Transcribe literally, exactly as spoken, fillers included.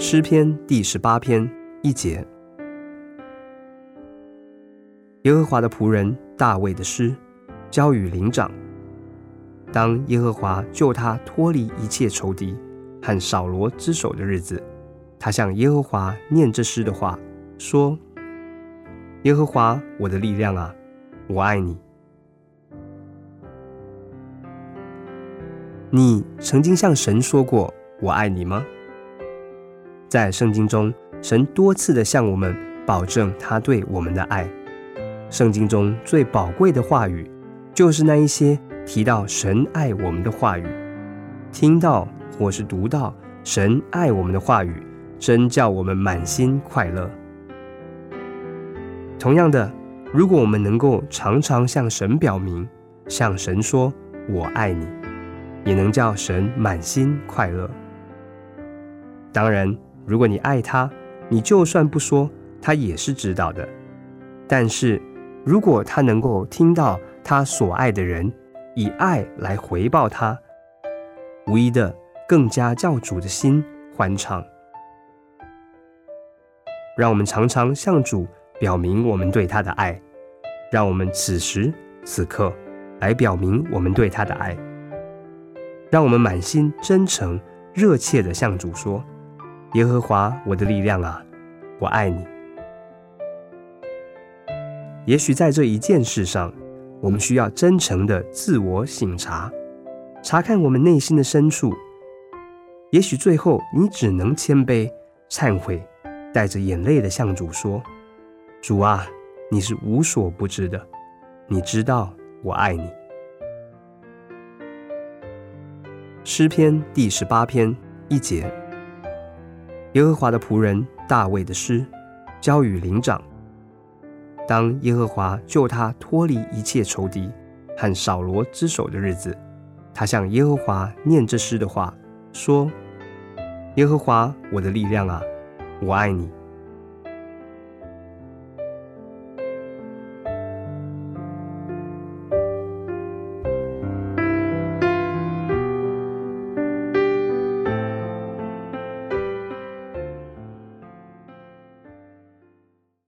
诗篇第十八篇一节。耶和华的仆人大卫的诗，交与灵长。当耶和华救他脱离一切仇敌和扫罗之手的日子，他向耶和华念这诗的话，说：耶和华我的力量啊，我爱你。你曾经向神说过我爱你吗？在圣经中，神多次地向我们保证他对我们的爱。圣经中最宝贵的话语，就是那一些提到神爱我们的话语。听到或是读到神爱我们的话语，真叫我们满心快乐。同样的，如果我们能够常常向神表明，向神说我爱你，也能叫神满心快乐。当然，如果你爱他，你就算不说，他也是知道的。但是如果他能够听到他所爱的人以爱来回报他，无疑的更加叫主的心欢畅。让我们常常向主表明我们对他的爱，让我们此时此刻来表明我们对他的爱，让我们满心真诚热切地向主说：耶和华我的力量啊，我爱你。也许在这一件事上，我们需要真诚的自我省察，查看我们内心的深处。也许最后你只能谦卑忏悔，带着眼泪的向主说：主啊，你是无所不知的，你知道我爱你。诗篇第十八篇一节。耶和华的仆人大卫的诗，交与灵长。当耶和华救他脱离一切仇敌和扫罗之手的日子，他向耶和华念这诗的话，说：耶和华我的力量啊，我爱你。